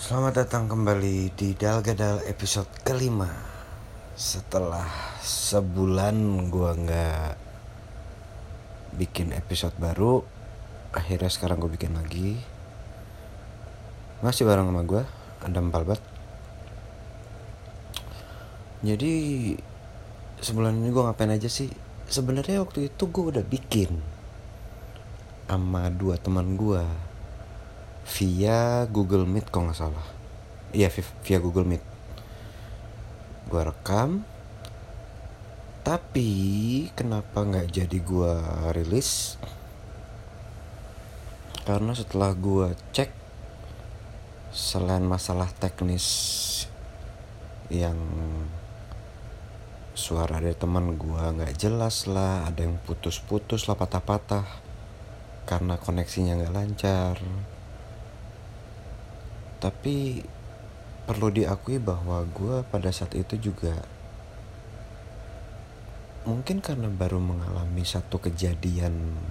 Selamat datang kembali di Dalgadal episode kelima. Setelah sebulan gue gak bikin episode baru, akhirnya sekarang gue bikin lagi. Masih bareng sama gue, Adam Palbat. Jadi sebulan ini gue ngapain aja sih? Sebenarnya waktu itu gue udah bikin sama 2 teman gue via Google Meet kalau nggak salah. Iya, via Google Meet. Gue rekam, tapi kenapa nggak jadi gue rilis? Karena setelah gue cek, selain masalah teknis yang suara dari teman gue nggak jelas lah, ada yang putus-putus lah, patah-patah karena koneksinya nggak lancar. Tapi perlu diakui bahwa gue pada saat itu juga mungkin karena baru mengalami satu kejadian,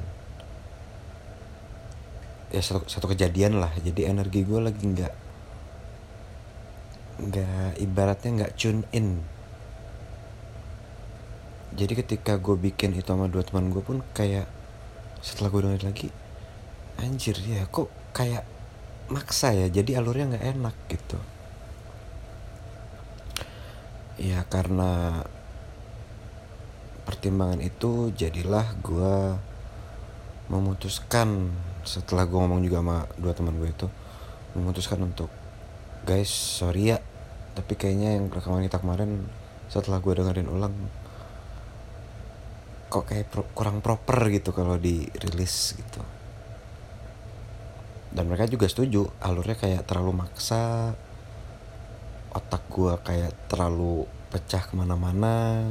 ya satu kejadian lah, jadi energi gue lagi nggak ibaratnya nggak tune in. Jadi ketika gue bikin itu sama 2 teman gue pun kayak setelah gue dengerin lagi, anjir ya kok kayak maksa ya, jadi alurnya nggak enak gitu. Ya karena pertimbangan itu jadilah gue memutuskan, setelah gue ngomong juga sama 2 teman gue itu, memutuskan untuk, guys sorry ya, tapi kayaknya yang rekaman kita kemarin setelah gue dengerin ulang kok kayak kurang proper gitu kalau dirilis gitu. Dan mereka juga setuju, alurnya kayak terlalu maksa, otak gue kayak terlalu pecah kemana-mana.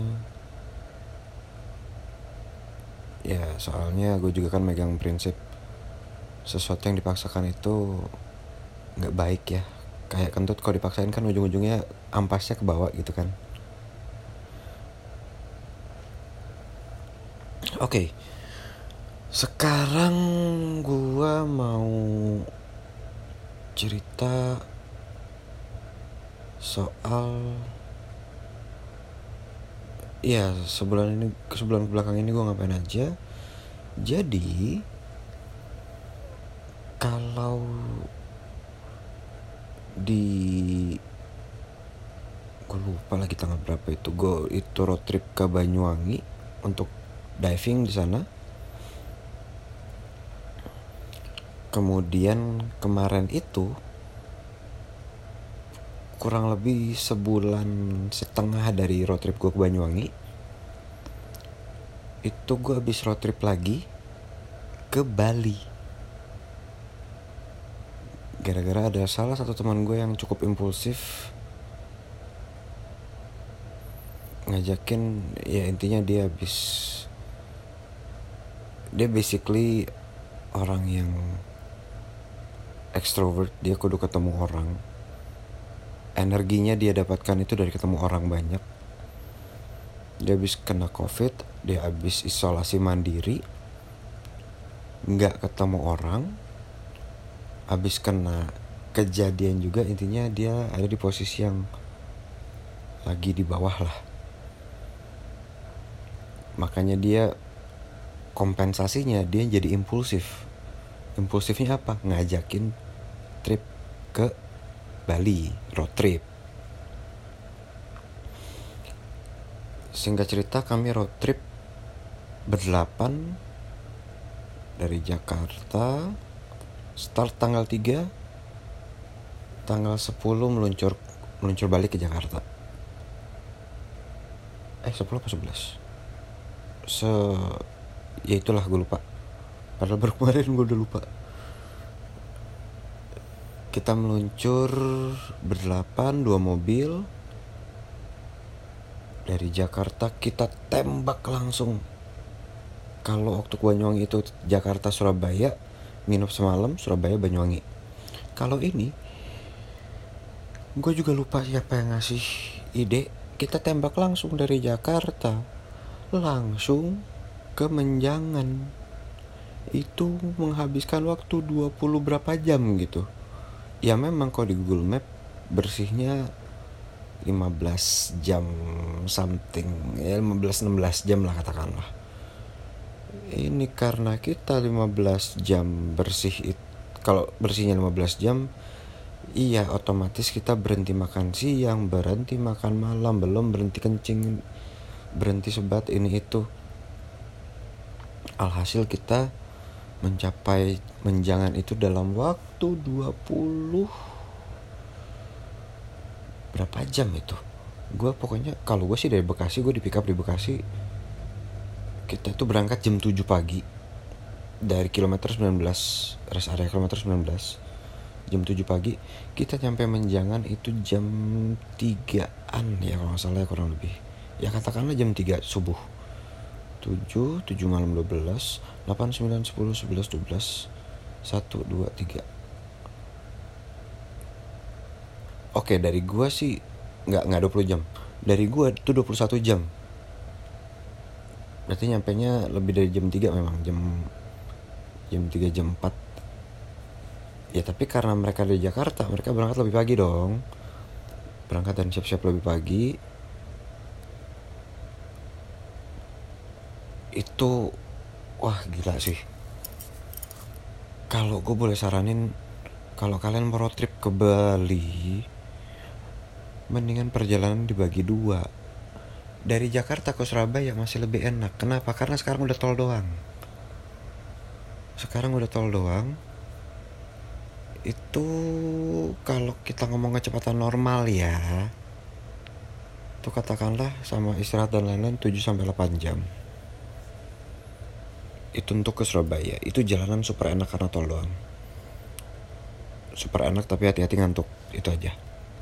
Ya soalnya gue juga kan megang prinsip sesuatu yang dipaksakan itu gak baik ya. Kayak kentut kalau dipaksain kan ujung-ujungnya ampasnya ke bawah gitu kan. Oke. Sekarang gue mau cerita soal, ya sebulan belakang ini gue ngapain aja. Jadi kalau gue lupa lagi tanggal berapa itu, gue itu road trip ke Banyuwangi untuk diving di sana. Kemudian kemarin itu kurang lebih sebulan setengah dari road trip gue ke Banyuwangi, itu gue habis road trip lagi ke Bali. Gara-gara ada salah satu teman gue yang cukup impulsif ngajakin, ya intinya dia basically orang yang extrovert, dia kudu ketemu orang. Energinya dia dapatkan itu dari ketemu orang banyak. Dia habis kena COVID, dia habis isolasi mandiri, gak ketemu orang, habis kena kejadian juga. Intinya dia ada di posisi yang lagi di bawah lah. Makanya dia kompensasinya dia jadi impulsif. Impulsifnya apa? Ngajakin trip ke Bali, road trip. Singkat cerita, kami road trip berdelapan dari Jakarta. Start tanggal 3, tanggal 10 meluncur balik ke Jakarta. 10 apa 11? Ya itulah, gue lupa. Padahal baru kemarin gue udah lupa. Kita meluncur berdelapan, 2 mobil. Dari Jakarta kita tembak langsung. Kalau waktu ke Banyuwangi itu Jakarta Surabaya, nginep semalam, Surabaya Banyuwangi. Kalau ini gue juga lupa siapa yang ngasih ide. Kita tembak langsung dari Jakarta langsung ke Menjangan. Itu menghabiskan waktu 20 berapa jam gitu. Ya memang kalau di Google Map bersihnya 15 jam something, ya 15-16 jam lah katakanlah. Ini karena kita 15 jam bersih, kalau bersihnya 15 jam, iya otomatis kita berhenti makan siang, berhenti makan malam, belum berhenti kencing, berhenti sebat, ini itu. Alhasil kita mencapai menjangan itu dalam waktu 20 berapa jam itu. Gue pokoknya, kalau gue sih dari Bekasi, gue di pick up di Bekasi. Kita tuh berangkat jam 7 pagi dari kilometer 19, rest area kilometer 19. Jam 7 pagi kita nyampe Menjangan itu jam 3-an ya kalau gak salah ya, kurang lebih. Ya katakanlah jam 3 subuh. 7 malam 12, 8, 9, 10, 11, 12, 1, 2, 3. Oke, dari gua sih nggak 20 jam. Dari gua itu 21 jam. Berarti nyampenya lebih dari jam 3 memang, jam 3, jam 4. Ya tapi karena mereka dari Jakarta, mereka berangkat lebih pagi dong. Berangkat dan siap-siap lebih pagi. Itu wah gila sih. Kalau gue boleh saranin, kalau kalian mau road trip ke Bali, mendingan perjalanan dibagi 2. Dari Jakarta ke Surabaya masih lebih enak. Kenapa? Karena sekarang udah tol doang. Itu kalau kita ngomong kecepatan normal ya, itu katakanlah sama istirahat dan lain-lain 7-8 jam. Itu untuk ke Surabaya. Itu jalanan super enak karena tol doang. Super enak tapi hati-hati ngantuk. Itu aja.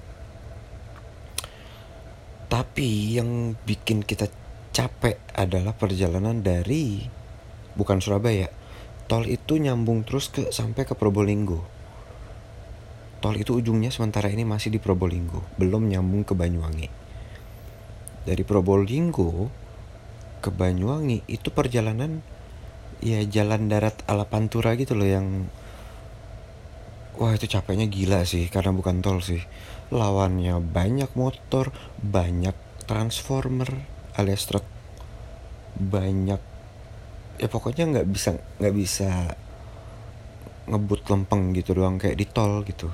Tapi yang bikin kita capek adalah perjalanan dari, bukan Surabaya, tol itu nyambung terus sampai ke Probolinggo. Tol itu ujungnya sementara ini masih di Probolinggo, belum nyambung ke Banyuwangi. Dari Probolinggo ke Banyuwangi itu perjalanan ya jalan darat ala Pantura gitu loh, yang wah itu capeknya gila sih, karena bukan tol sih. Lawannya banyak motor, banyak transformer alias truk, banyak, ya pokoknya nggak bisa ngebut lempeng gitu doang kayak di tol gitu.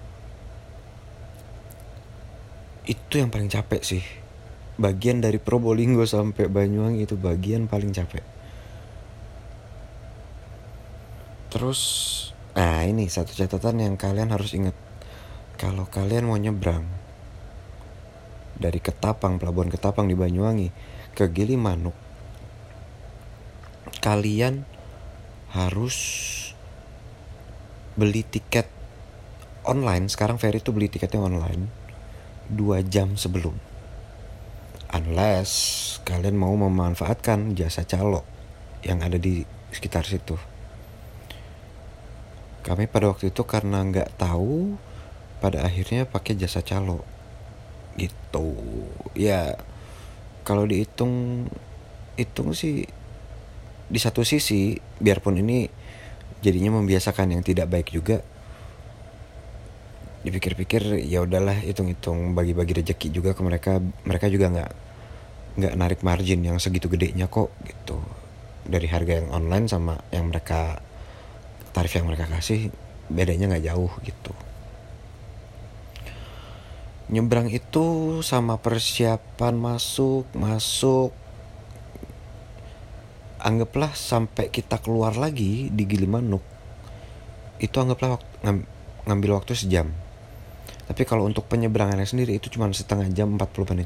Itu yang paling capek sih. Bagian dari Probolinggo sampai Banyuwangi itu bagian paling capek. Terus, nah ini satu catatan yang kalian harus ingat. Kalau kalian mau nyebrang dari Ketapang, Pelabuhan Ketapang di Banyuwangi ke Gilimanuk, kalian harus beli tiket online. Sekarang ferry itu beli tiketnya online 2 jam sebelum. Unless kalian mau memanfaatkan jasa calo yang ada di sekitar situ. Kami pada waktu itu karena nggak tahu, pada akhirnya pakai jasa calo gitu. Ya kalau dihitung sih, di satu sisi biarpun ini jadinya membiasakan yang tidak baik juga, dipikir-pikir ya udahlah, hitung-hitung bagi-bagi rezeki juga ke mereka. Mereka juga nggak narik margin yang segitu gedenya kok gitu. Dari harga yang online sama yang mereka, tarif yang mereka kasih, bedanya nggak jauh gitu. Nyebrang itu sama persiapan masuk, anggaplah sampai kita keluar lagi di Gilimanuk, itu anggaplah ngambil waktu sejam. Tapi kalau untuk penyeberangannya sendiri itu cuma setengah jam, 40 menit.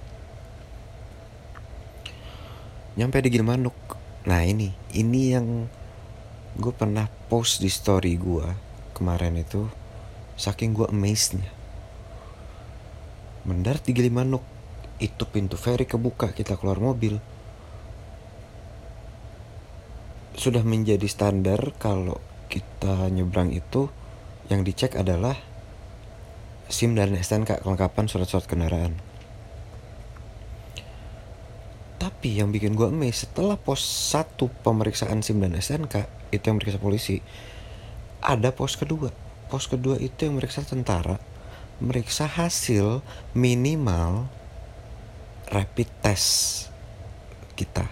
Nyampe di Gilimanuk. Nah ini yang gue pernah post di story gue kemarin itu, saking gue amazednya. Mendarat di Gilimanuk, itu pintu ferry kebuka, kita keluar mobil. Sudah menjadi standar kalau kita nyebrang itu yang dicek adalah SIM dan STNK, kelengkapan surat-surat kendaraan. Tapi yang bikin gue amazed, setelah pos 1 pemeriksaan SIM dan STNK, itu yang meriksa polisi, ada pos kedua. Pos kedua itu yang meriksa tentara, meriksa hasil minimal rapid test kita.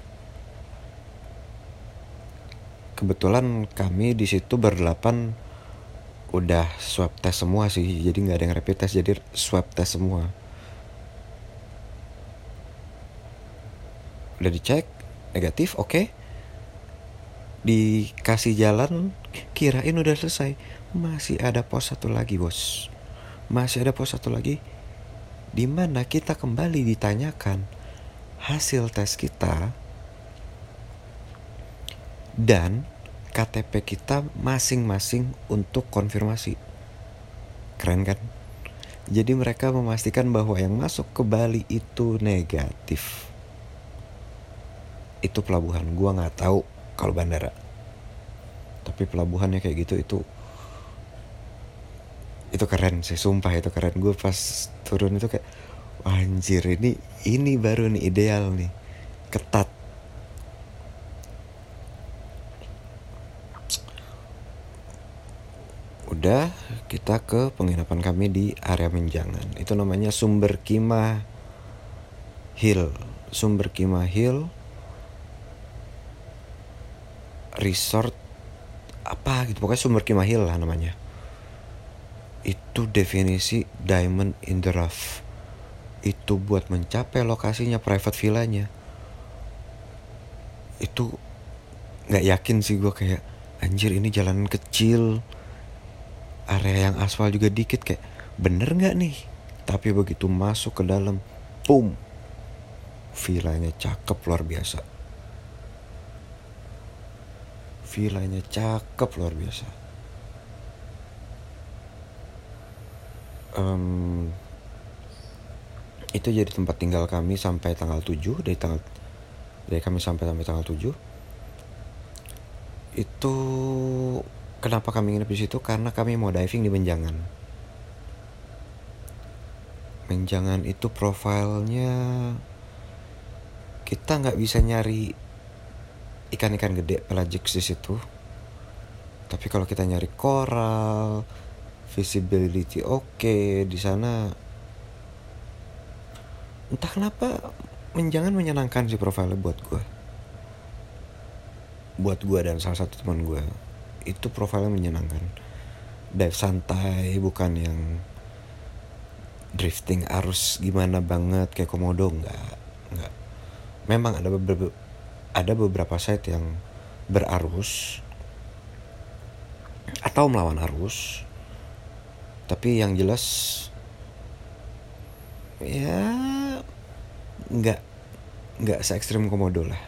Kebetulan kami di situ berdelapan udah swab test semua sih, jadi nggak ada yang rapid test, jadi swab test semua. Udah dicek negatif, oke. Dikasih jalan, kirain udah selesai. Masih ada pos satu lagi, bos. Masih ada pos satu lagi, dimana kita kembali ditanyakan hasil tes kita dan KTP kita masing-masing untuk konfirmasi. Keren kan? Jadi mereka memastikan bahwa yang masuk ke Bali itu negatif. Itu pelabuhan, gua nggak tahu kalau bandara. Tapi pelabuhannya kayak gitu, itu keren sih, sumpah itu keren. Gue pas turun itu kayak, anjir, ini baru nih ideal nih, ketat. Udah, kita ke penginapan kami di area Menjangan. Itu namanya Sumber Kimah Hill. Sumber Kimah Hill Resort apa gitu, pokoknya Sumber Kimah Hill lah namanya. Itu definisi diamond in the rough. Itu buat mencapai lokasinya, private villanya, itu gak yakin sih gue, kayak anjir ini jalanan kecil, area yang aspal juga dikit, kayak bener gak nih? Tapi begitu masuk ke dalam, boom, villanya cakep luar biasa. Villanya cakep luar biasa. Itu jadi tempat tinggal kami sampai tanggal 7. Dari kami sampai tanggal 7. Itu kenapa kami nginep di situ? Karena kami mau diving di Menjangan. Menjangan itu profilnya kita nggak bisa nyari ikan-ikan gede pelagic di situ. Tapi kalau kita nyari coral, visibility oke, di sana entah kenapa Menjangan menyenangkan sih profilnya buat gue dan salah satu teman gue. Itu profilnya menyenangkan, dive santai, bukan yang drifting arus gimana banget kayak Komodo. Enggak. Memang ada beberapa site yang berarus atau melawan arus, tapi yang jelas ya nggak se ekstrim Komodo lah.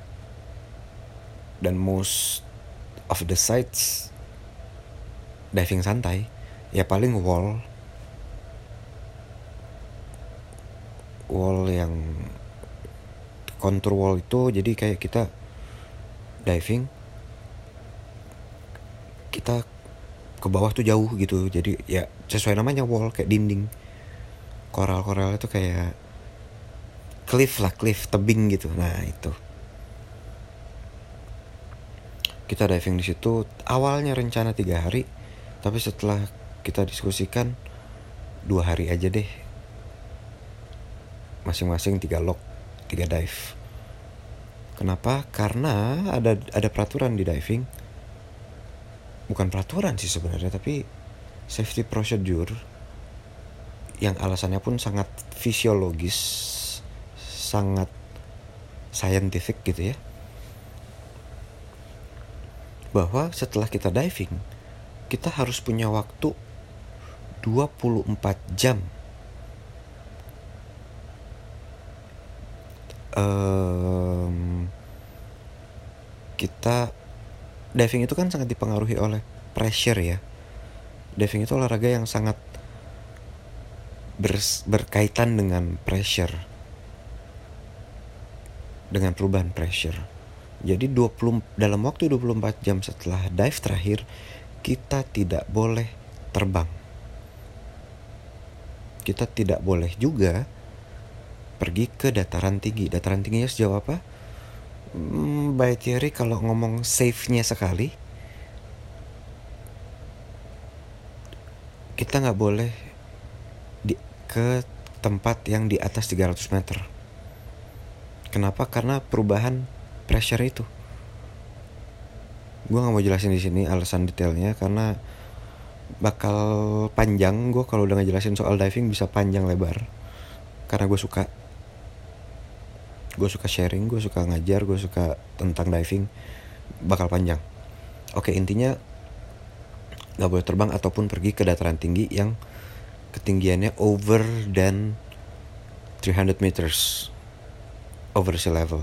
Dan most of the sites diving santai, ya paling wall yang contour wall itu, jadi kayak kita diving, kita ke bawah tuh jauh gitu, jadi ya sesuai namanya wall, kayak dinding. Koral itu kayak cliff tebing gitu. Nah itu kita diving di situ. Awalnya rencana 3 hari, tapi setelah kita diskusikan 2 hari aja deh, masing-masing 3 log, 3 dive. Kenapa? Karena ada peraturan di diving. Bukan peraturan sih sebenarnya, tapi safety procedure yang alasannya pun sangat fisiologis, sangat scientific gitu ya. Bahwa setelah kita diving, kita harus punya waktu 24 jam kita diving itu kan sangat dipengaruhi oleh pressure ya. Diving itu olahraga yang sangat berkaitan dengan pressure, dengan perubahan pressure. Jadi dalam waktu 24 jam setelah dive terakhir, kita tidak boleh terbang. Kita tidak boleh juga pergi ke dataran tinggi. Dataran tingginya sejauh apa? By theory kalau ngomong safe-nya sekali, kita nggak boleh ke tempat yang di atas 300 meter. Kenapa? Karena perubahan pressure itu. Gue nggak mau jelasin di sini alasan detailnya karena bakal panjang. Gue kalau udah ngejelasin soal diving bisa panjang lebar. Karena gue suka sharing, gue suka ngajar, gue suka tentang diving, bakal panjang. Oke, intinya nggak boleh terbang ataupun pergi ke dataran tinggi yang ketinggiannya over than 300 meters over sea level.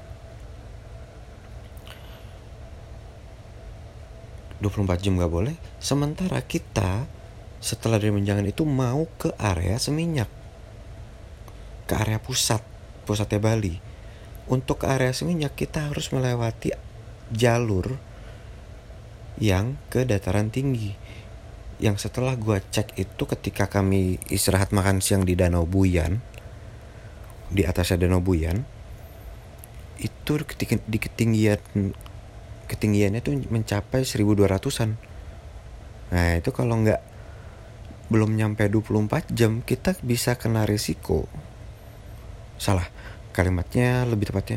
24 jam gak boleh. Sementara kita setelah dari menjangan itu mau ke area Seminyak, ke area pusatnya Bali. Untuk ke area Seminyak kita harus melewati jalur yang ke dataran tinggi. Yang setelah gue cek itu ketika kami istirahat makan siang di Danau Buyan, di atasnya Danau Buyan, itu di ketinggiannya tuh mencapai 1200-an. Nah itu kalau belum nyampe 24 jam kita bisa kena risiko. Salah, kalimatnya lebih tepatnya,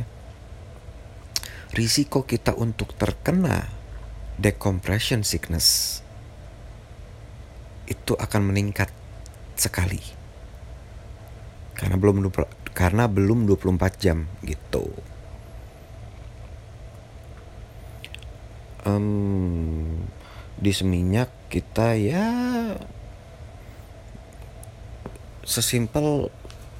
risiko kita untuk terkena decompression sickness itu akan meningkat sekali karena belum 24 jam gitu. Di Seminyak kita ya sesimpel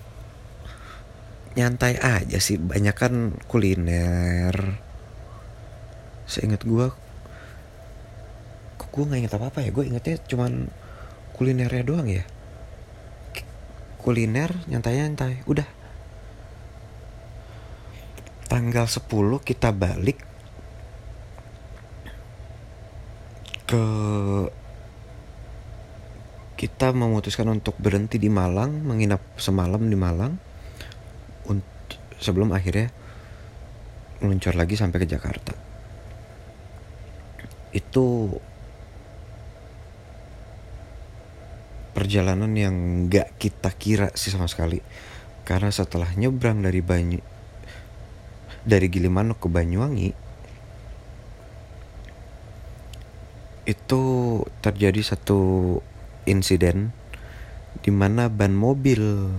nyantai aja sih, banyakan kuliner. Seingat gue, kok gue nggak inget apa ya, gue ingetnya cuman kulinernya doang ya. Kuliner nyantai udah. Tanggal 10 kita balik kita memutuskan untuk berhenti di Malang, menginap semalam di Malang sebelum akhirnya meluncur lagi sampai ke Jakarta. Itu perjalanan yang gak kita kira sih sama sekali. Karena setelah nyebrang dari Gilimanuk ke Banyuwangi, itu terjadi satu insiden di mana ban mobil,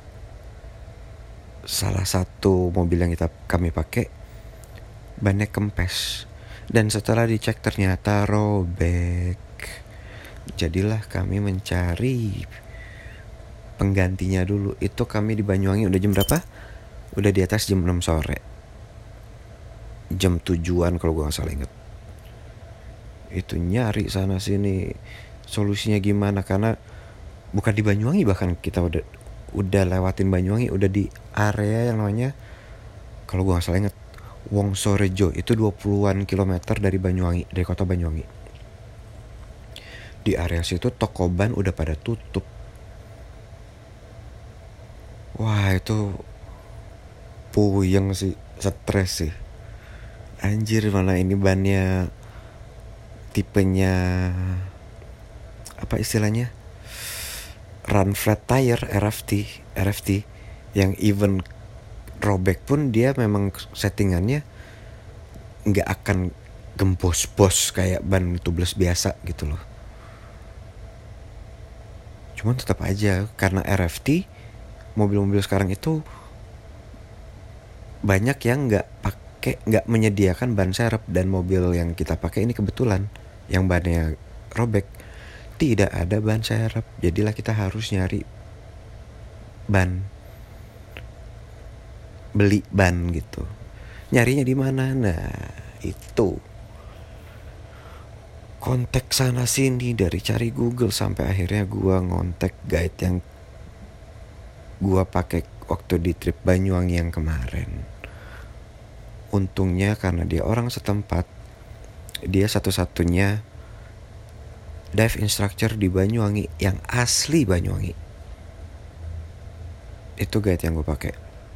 salah satu mobil yang kami pakai, bannya kempes. Dan setelah dicek ternyata robek. Jadilah kami mencari penggantinya dulu. Itu kami di Banyuwangi udah jam berapa? Udah di atas jam 6 sore. Jam 7-an kalau gue gak salah inget. Itu nyari sana sini solusinya gimana, karena bukan di Banyuwangi, bahkan kita udah lewatin Banyuwangi, udah di area yang namanya, kalau gue gak salah inget, Wongsorejo. Itu 20-an kilometer dari Banyuwangi, dari kota Banyuwangi. Di area situ toko ban udah pada tutup. Wah itu puyeng sih, stres sih. Anjir, mana ini bannya tipenya apa istilahnya, run flat tire, RFT, yang even robek pun dia memang settingannya nggak akan gembos-bos kayak ban tubeless biasa gitu loh. Cuman tetap aja karena RFT, mobil-mobil sekarang itu banyak yang nggak menyediakan ban serep, dan mobil yang kita pakai ini kebetulan yang bannya robek tidak ada ban serep. Jadilah kita harus nyari beli ban gitu. Nyarinya di mana? Nah itu kontak sana sini, dari cari Google sampai akhirnya gue ngontek guide yang gue pakai waktu di trip Banyuwangi yang kemarin. Untungnya karena dia orang setempat, dia satu-satunya dive instructor di Banyuwangi yang asli Banyuwangi. Itu guide yang gue pakai.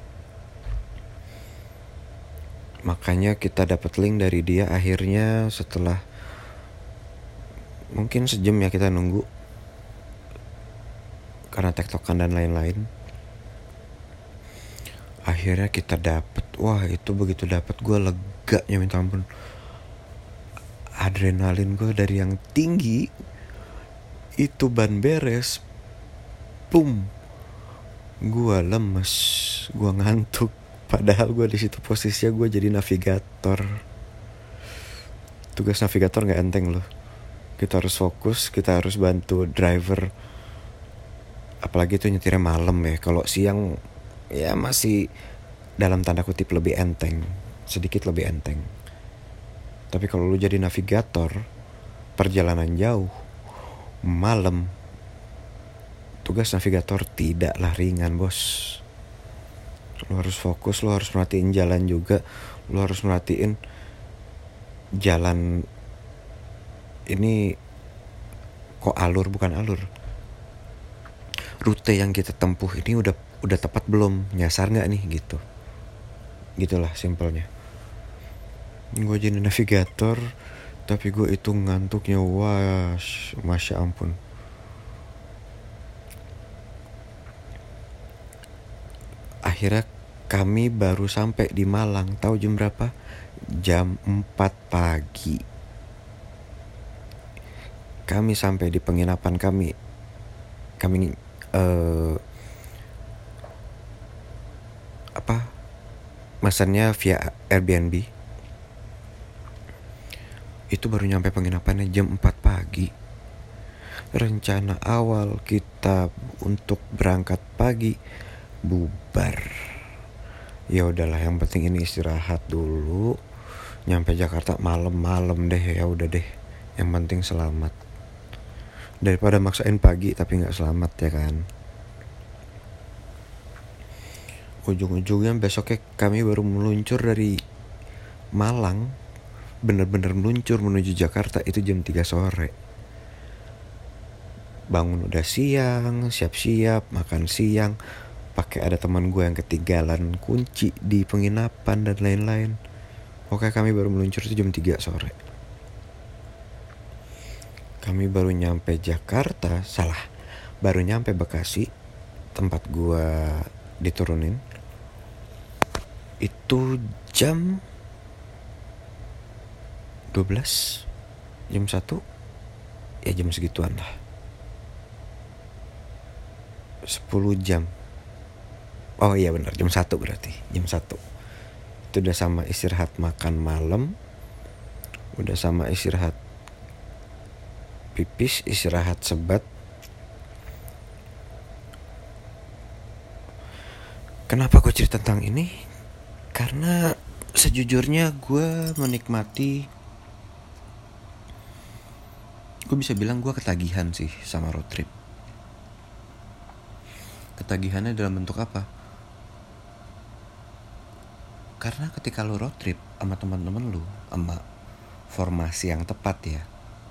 Makanya kita dapat link dari dia. Akhirnya setelah mungkin sejam ya kita nunggu, karena tektokan dan lain-lain. Akhirnya kita dapet, wah itu begitu dapet gue leganya minta ampun. Adrenalin gue dari yang tinggi, itu ban beres, boom, gue lemes, gue ngantuk. Padahal gue di situ posisinya gue jadi navigator. Tugas navigator nggak enteng loh. Kita harus fokus, kita harus bantu driver. Apalagi itu nyetirnya malam ya. Kalau siang ya masih dalam tanda kutip lebih enteng, sedikit lebih enteng. Tapi kalau lu jadi navigator, perjalanan jauh, malam, tugas navigator tidaklah ringan bos. Lu harus fokus, lu harus merhatiin jalan juga. Lu harus merhatiin jalan ini kok alur bukan alur. Rute yang kita tempuh ini udah tepat belum? Nyasar nggak nih gitu. Gitulah simpelnya. Gue jadi navigator, tapi gue itu ngantuknya wah, masya ampun. Akhirnya kami baru sampai di Malang, tahu jam berapa? Jam 4 pagi. Kami sampai di penginapan kami mesennya via Airbnb. Itu baru nyampe penginapannya jam 4 pagi. Rencana awal kita untuk berangkat pagi bubar. Ya udahlah, yang penting ini istirahat dulu. Nyampe Jakarta malam-malam deh, ya udah deh. Yang penting selamat. Daripada maksain pagi tapi nggak selamat ya kan. Ujung-ujungnya besoknya kami baru meluncur dari Malang, bener-bener meluncur menuju Jakarta itu jam 3 sore. Bangun udah siang, siap-siap, makan siang, pakai ada teman gue yang ketinggalan kunci di penginapan dan lain-lain. Oke, kami baru meluncur itu jam 3 sore. Kami baru nyampe Jakarta, baru nyampe Bekasi, tempat gue diturunin, itu jam 12, jam 1, ya jam segituan lah. 10 jam. Oh iya benar, jam 1 berarti. Jam 1. Itu udah sama istirahat makan malam, udah sama istirahat pipis, istirahat sebat. Kenapa gue cerita tentang ini? Karena sejujurnya gue menikmati, gue bisa bilang gue ketagihan sih sama road trip. Ketagihannya dalam bentuk apa? Karena ketika lu road trip sama teman-teman lu, sama formasi yang tepat ya,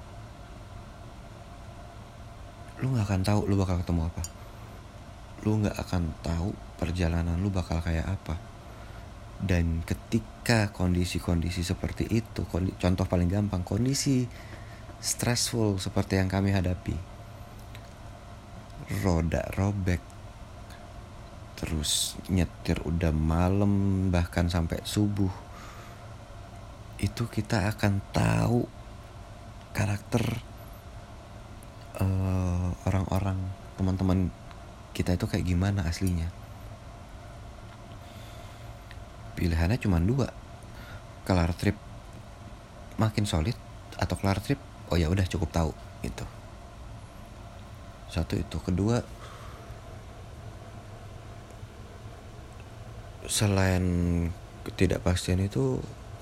lu gak akan tahu lu bakal ketemu apa. Lu gak akan tahu perjalanan lu bakal kayak apa. Dan ketika kondisi-kondisi seperti itu, contoh paling gampang, kondisi stressful seperti yang kami hadapi, roda robek, terus nyetir udah malam bahkan sampai subuh, itu kita akan tahu karakter orang-orang, teman-teman kita itu kayak gimana aslinya. Pilihannya cuma 2, kelar trip makin solid atau kelar trip oh ya udah cukup tahu gitu. Satu itu. Kedua, selain ketidakpastian itu,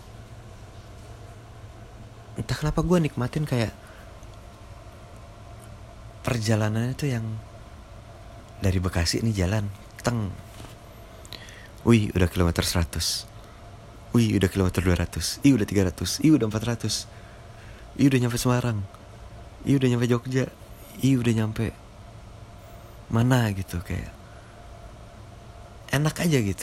entah kenapa gue nikmatin kayak perjalanannya tuh yang dari Bekasi nih jalan teng, wih udah kilometer 100, wih udah kilometer 200, udah 300, udah 400, udah nyampe Semarang, udah nyampe Jogja, udah nyampe mana gitu, kayak enak aja gitu.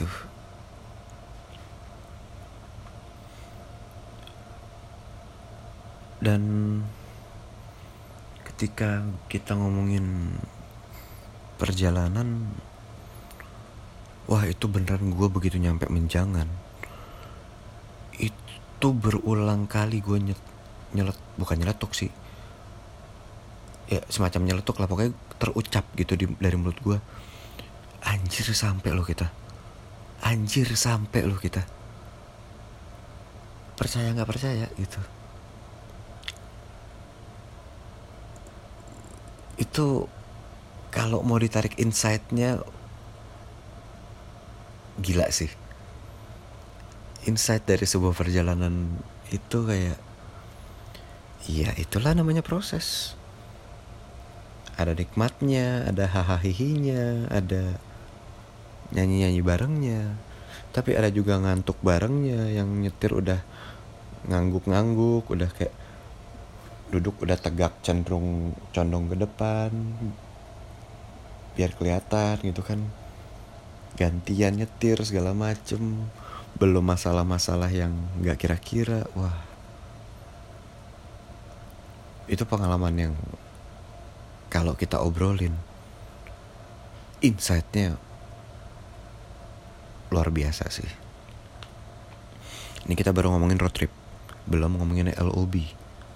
Dan ketika kita ngomongin perjalanan, wah itu beneran gue begitu nyampe Menjangan, itu berulang kali gue bukan nyeletuk sih, ya semacam nyeletuk lah, pokoknya terucap gitu dari mulut gue, anjir sampai lo kita, percaya nggak percaya gitu. Itu kalau mau ditarik insight-nya gila sih. Insight dari sebuah perjalanan itu kayak, iya itulah namanya proses. Ada nikmatnya, ada hahaha, ada nyanyi-nyanyi barengnya, tapi ada juga ngantuk barengnya, yang nyetir udah ngangguk-ngangguk, udah kayak duduk udah tegak cenderung condong ke depan biar kelihatan gitu kan, gantian nyetir segala macem, belum masalah-masalah yang gak kira-kira. Wah, itu pengalaman yang kalau kita obrolin insight-nya luar biasa sih. Ini kita baru ngomongin road trip, belum ngomongin LOB.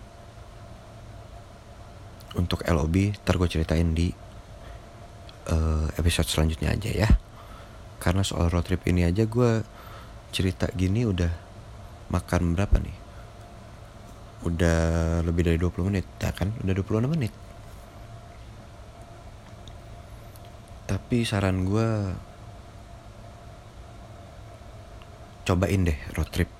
Untuk LOB ntar gue ceritain di episode selanjutnya aja ya. Karena soal road trip ini aja gue cerita gini udah makan berapa nih? Udah lebih dari 20 menit, ya kan? Udah 26 menit. Tapi saran gue, cobain deh road trip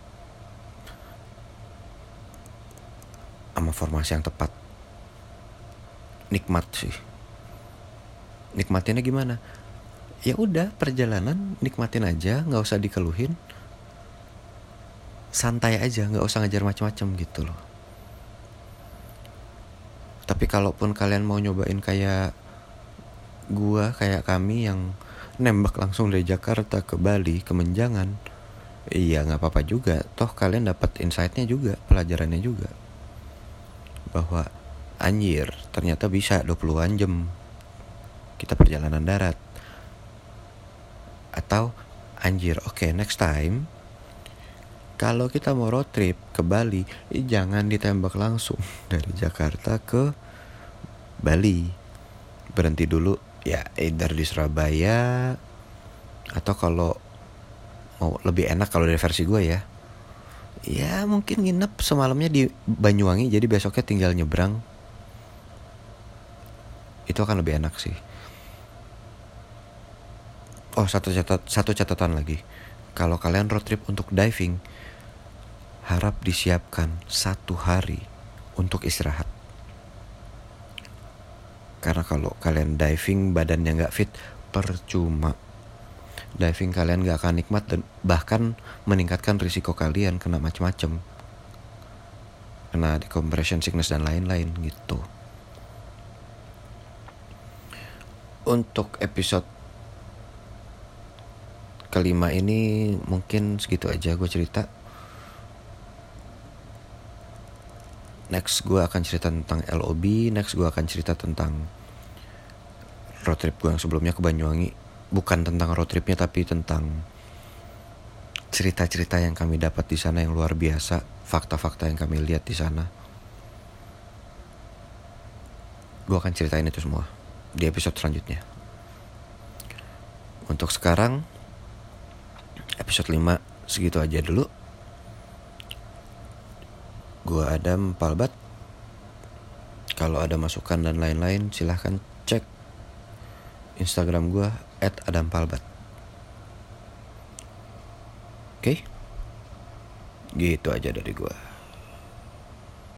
sama formasi yang tepat. Nikmat sih. Nikmatinnya gimana? Ya udah, perjalanan nikmatin aja, nggak usah dikeluhin, santai aja, nggak usah ngejar macam-macam gitu loh. Tapi kalaupun kalian mau nyobain kayak gua, kayak kami yang nembak langsung dari Jakarta ke Bali, ke Menjangan, iya nggak apa-apa juga. Toh kalian dapat insight-nya juga, pelajarannya juga, bahwa anjir ternyata bisa 20-an jam kita perjalanan darat. Atau anjir, oke, next time kalau kita mau road trip ke Bali, jangan ditembak langsung dari Jakarta ke Bali. Berhenti dulu ya, either di Surabaya, atau kalau mau lebih enak kalau dari versi gue ya mungkin nginep semalamnya di Banyuwangi, jadi besoknya tinggal nyebrang. Itu akan lebih enak sih. Oh, satu catatan lagi. Kalau kalian road trip untuk diving, harap disiapkan 1 hari untuk istirahat. Karena kalau kalian diving badannya gak fit, percuma. Diving kalian gak akan nikmat dan bahkan meningkatkan risiko kalian kena macam-macam, kena decompression sickness dan lain-lain gitu. Untuk episode kelima ini mungkin segitu aja gue cerita. Next gue akan cerita tentang LOB. Next gue akan cerita tentang road trip gue yang sebelumnya ke Banyuwangi. Bukan tentang road tripnya, tapi tentang cerita-cerita yang kami dapat di sana yang luar biasa, fakta-fakta yang kami lihat di sana. Gue akan ceritain itu semua di episode selanjutnya. Untuk sekarang episode 5 segitu aja dulu. Gue Adam Palbat. Kalau ada masukan dan lain-lain silahkan cek Instagram gue @adampalbat. Oke? Gitu aja dari gue.